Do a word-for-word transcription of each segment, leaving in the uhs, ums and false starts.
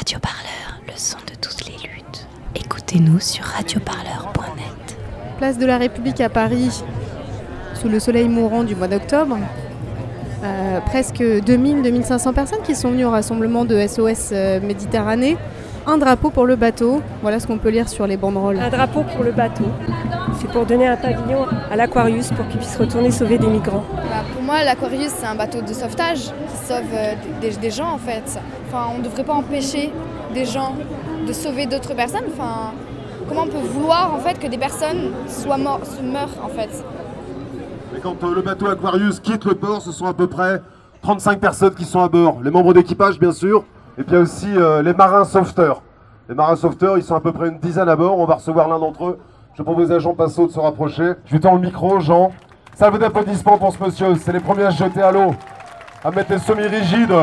Radio Parleur, le son de toutes les luttes. Écoutez-nous sur radio parleur point net. Place de la République à Paris, sous le soleil mourant du mois d'octobre. Euh, presque deux mille à deux mille cinq cents personnes qui sont venues au rassemblement de S O S euh, Méditerranée. Un drapeau pour le bateau, voilà ce qu'on peut lire sur les banderoles. Un drapeau pour le bateau, c'est pour donner un pavillon à l'Aquarius pour qu'il puisse retourner sauver des migrants. Bah pour moi, l'Aquarius, c'est un bateau de sauvetage qui sauve euh, des, des gens en fait. Enfin, on ne devrait pas empêcher des gens de sauver d'autres personnes. Enfin, comment on peut vouloir en fait que des personnes soient mortes, se meurent en fait. Et quand euh, le bateau Aquarius quitte le port, ce sont à peu près trente-cinq personnes qui sont à bord. Les membres d'équipage, bien sûr. Et puis il y a aussi euh, les marins sauveteurs. Les marins sauveteurs, ils sont à peu près une dizaine à bord. On va recevoir l'un d'entre eux. Je propose à Jean Passot de se rapprocher. Je lui tends le micro, Jean. Salve d'applaudissements pour ce monsieur. C'est les premiers à se jeter à l'eau, à mettre les semi-rigides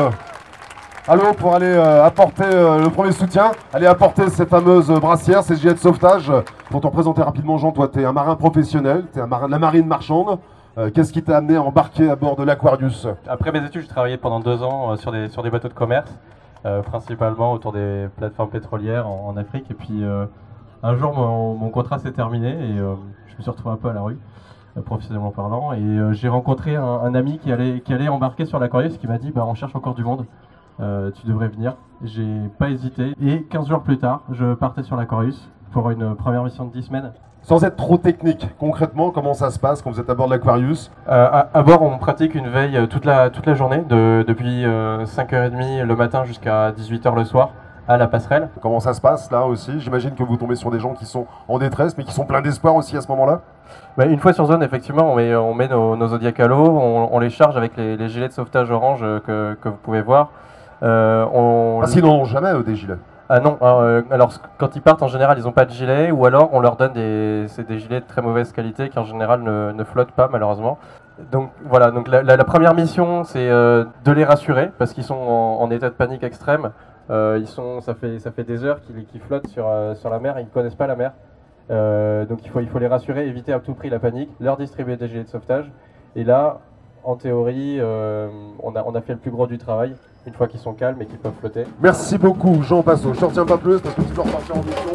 à l'eau pour aller euh, apporter euh, le premier soutien. Aller apporter ces fameuses brassières, ces gilets de sauvetage. Pour te représenter rapidement, Jean, toi, tu es un marin professionnel. Tu es un marin de la marine marchande. Euh, Qu'est-ce qui t'a amené à embarquer à bord de l'Aquarius? Après mes études, j'ai travaillé pendant deux ans euh, sur, des, sur des bateaux de commerce. Euh, principalement autour des plateformes pétrolières en, en Afrique. Et puis euh, un jour, mon, mon contrat s'est terminé et euh, je me suis retrouvé un peu à la rue, euh, professionnellement parlant. Et euh, j'ai rencontré un, un ami qui allait, qui allait embarquer sur l'Aquarius qui m'a dit bah, « on cherche encore du monde, euh, tu devrais venir ». J'ai pas hésité. Et quinze jours plus tard, je partais sur l'Aquarius pour une première mission de dix semaines. Sans être trop technique, concrètement, comment ça se passe quand vous êtes à bord de l'Aquarius? euh, à, à bord, on pratique une veille toute la, toute la journée, de, depuis euh, cinq heures trente le matin jusqu'à dix-huit heures le soir, à la passerelle. Comment ça se passe là aussi? J'imagine que vous tombez sur des gens qui sont en détresse, mais qui sont pleins d'espoir aussi à ce moment-là. Bah, une fois sur zone, effectivement, on met, on met nos, nos Zodiac à l'eau, on, on les charge avec les, les gilets de sauvetage orange que, que vous pouvez voir. Euh, on... Parce qu'ils n'en ont jamais, eux, des gilets. Ah non, euh, alors quand ils partent en général ils n'ont pas de gilet ou alors on leur donne des, c'est des gilets de très mauvaise qualité qui en général ne, ne flottent pas malheureusement. Donc voilà, donc la, la, la première mission c'est euh, de les rassurer parce qu'ils sont en, en état de panique extrême. Euh, ils sont, ça, fait, ça fait des heures qu'ils, qu'ils flottent sur, euh, sur la mer, ils ne connaissent pas la mer. Euh, donc il faut, il faut les rassurer, éviter à tout prix la panique, leur distribuer des gilets de sauvetage. Et là, en théorie, euh, on, a, on a fait le plus gros du travail. Une fois qu'ils sont calmes et qu'ils peuvent flotter. Merci beaucoup, Jean Passot. Je ne retiens pas plus parce que tu dois repartir en mission.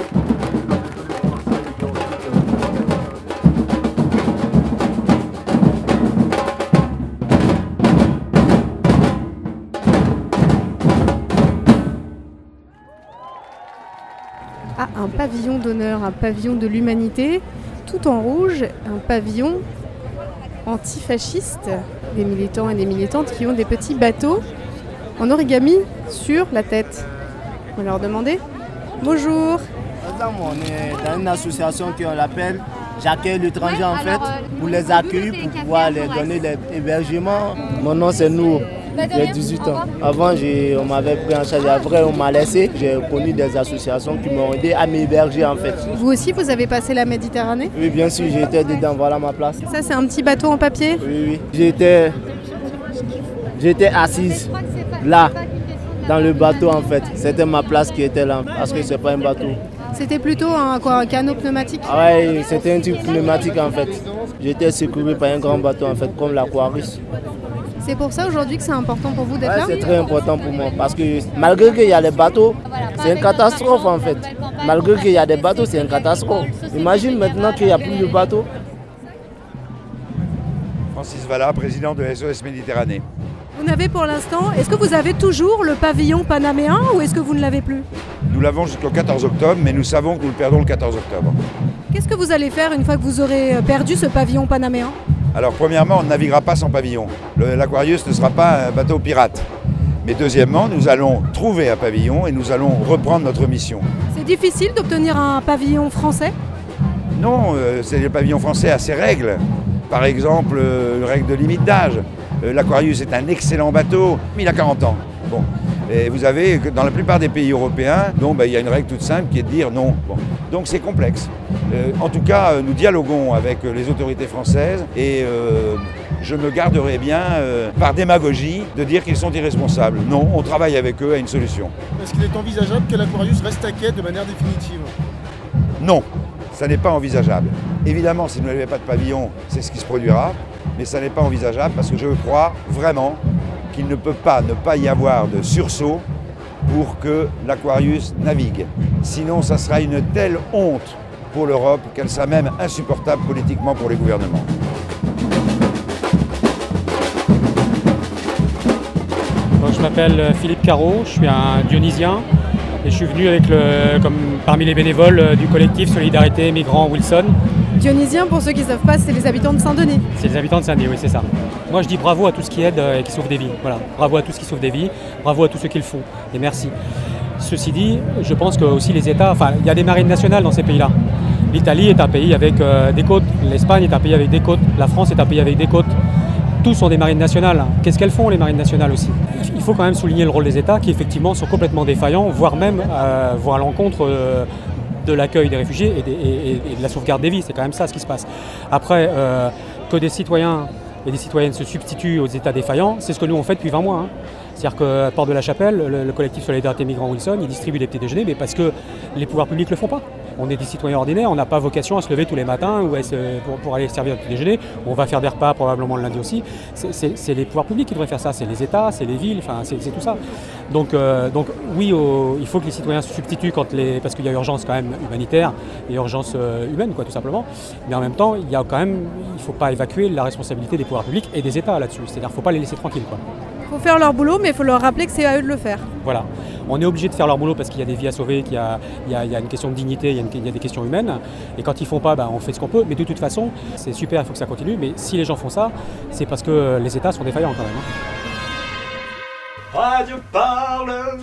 Ah, un pavillon d'honneur, un pavillon de l'humanité, tout en rouge, un pavillon antifasciste. Des militants et des militantes qui ont des petits bateaux en origami sur la tête. On va leur demander. Bonjour. On est dans une association qu'on l'appelle J'accueille l'étranger en fait, pour les accueillir, pour pouvoir les donner l'hébergement. Mon nom c'est Nour, j'ai dix-huit ans. Avant on m'avait pris en charge, après on m'a laissé. J'ai connu des associations qui m'ont aidé à m'héberger en fait. Vous aussi vous avez passé la Méditerranée? Oui bien sûr, j'étais dedans, voilà ma place. Ça c'est un petit bateau en papier? Oui, oui. J'étais, j'étais assise là, dans le bateau en fait. C'était ma place qui était là, parce que c'est pas un bateau. C'était plutôt un, quoi, un canot pneumatique? Ah oui, c'était un type pneumatique en fait. J'étais secouru par un grand bateau en fait, comme l'Aquarius. C'est pour ça aujourd'hui que c'est important pour vous d'être ouais, là? C'est très important pour moi, parce que malgré qu'il y a les bateaux, c'est une catastrophe en fait. Malgré qu'il y a des bateaux, c'est une catastrophe. Imagine maintenant qu'il n'y a plus de bateaux. Francis Valla, président de S O S Méditerranée. Vous n'avez pour l'instant, est-ce que vous avez toujours le pavillon panaméen ou est-ce que vous ne l'avez plus? Nous l'avons jusqu'au quatorze octobre, mais nous savons que nous le perdons le quatorze octobre. Qu'est-ce que vous allez faire une fois que vous aurez perdu ce pavillon panaméen? Alors premièrement, on ne naviguera pas sans pavillon. Le, L'Aquarius ne sera pas un bateau pirate. Mais deuxièmement, nous allons trouver un pavillon et nous allons reprendre notre mission. C'est difficile d'obtenir un pavillon français? Non, euh, c'est le pavillon français a ses règles. Par exemple, euh, règle de limite d'âge. Euh, L'Aquarius est un excellent bateau, mais il a quarante ans. Bon. Et vous avez, dans la plupart des pays européens, donc, bah, il y a une règle toute simple qui est de dire non. Bon. Donc c'est complexe. Euh, en tout cas, euh, nous dialoguons avec euh, les autorités françaises et euh, je me garderai bien, euh, par démagogie, de dire qu'ils sont irresponsables. Non, on travaille avec eux à une solution. Est-ce qu'il est envisageable que l'Aquarius reste à quai de manière définitive? Non, ça n'est pas envisageable. Évidemment, si nous n'avons pas de pavillon, c'est ce qui se produira, mais ça n'est pas envisageable parce que je crois vraiment qu'il ne peut pas ne pas y avoir de sursaut pour que l'Aquarius navigue. Sinon, ça sera une telle honte pour l'Europe qu'elle sera même insupportable politiquement pour les gouvernements. Donc, je m'appelle Philippe Carreau, je suis un dionysien et je suis venu avec le, comme parmi les bénévoles du collectif Solidarité Migrants Wilson. Dionysien, pour ceux qui ne savent pas, c'est les habitants de Saint-Denis. C'est les habitants de Saint-Denis, oui, c'est ça. Moi, je dis bravo à tous ceux qui aident et qui sauvent des vies. Voilà, bravo à tous ceux qui sauvent des vies, bravo à tous ceux qui le font, et merci. Ceci dit, je pense que aussi les États, enfin, il y a des marines nationales dans ces pays-là. L'Italie est un pays avec euh, des côtes, l'Espagne est un pays avec des côtes, la France est un pays avec des côtes. Tous sont des marines nationales. Qu'est-ce qu'elles font, les marines nationales aussi ? Il faut quand même souligner le rôle des États qui, effectivement, sont complètement défaillants, voire même euh, vont à l'encontre euh, de l'accueil des réfugiés et, des, et, et de la sauvegarde des vies. C'est quand même ça ce qui se passe. Après, euh, que des citoyens et des citoyennes se substituent aux États défaillants, c'est ce que nous on fait depuis vingt mois. Hein. C'est-à-dire qu'à Porte de la Chapelle, le, le collectif Solidarité Migrants Wilson, il distribue des petits déjeuners, mais parce que les pouvoirs publics ne le font pas. On est des citoyens ordinaires, on n'a pas vocation à se lever tous les matins ou à se, pour, pour aller servir un petit déjeuner. On va faire des repas probablement le lundi aussi. C'est, c'est, c'est les pouvoirs publics qui devraient faire ça, c'est les États, c'est les villes, enfin c'est, c'est tout ça. Donc, euh, donc oui, au, il faut que les citoyens se substituent quand les, parce qu'il y a urgence quand même humanitaire et urgence euh, humaine, quoi, tout simplement. Mais en même temps, il y a quand même, il ne faut pas évacuer la responsabilité des pouvoirs publics et des États là-dessus. C'est-à-dire qu'il ne faut pas les laisser tranquilles, quoi. Il faut faire leur boulot, mais il faut leur rappeler que c'est à eux de le faire. Voilà. On est obligé de faire leur boulot parce qu'il y a des vies à sauver, qu'il y a, il y a, il y a une question de dignité, il y a, une, il y a des questions humaines. Et quand ils ne font pas, bah, on fait ce qu'on peut. Mais de toute façon, c'est super, il faut que ça continue. Mais si les gens font ça, c'est parce que les États sont défaillants quand même. Hein. Radio Parleur.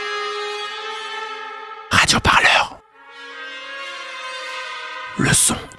Radio Parleur. Le son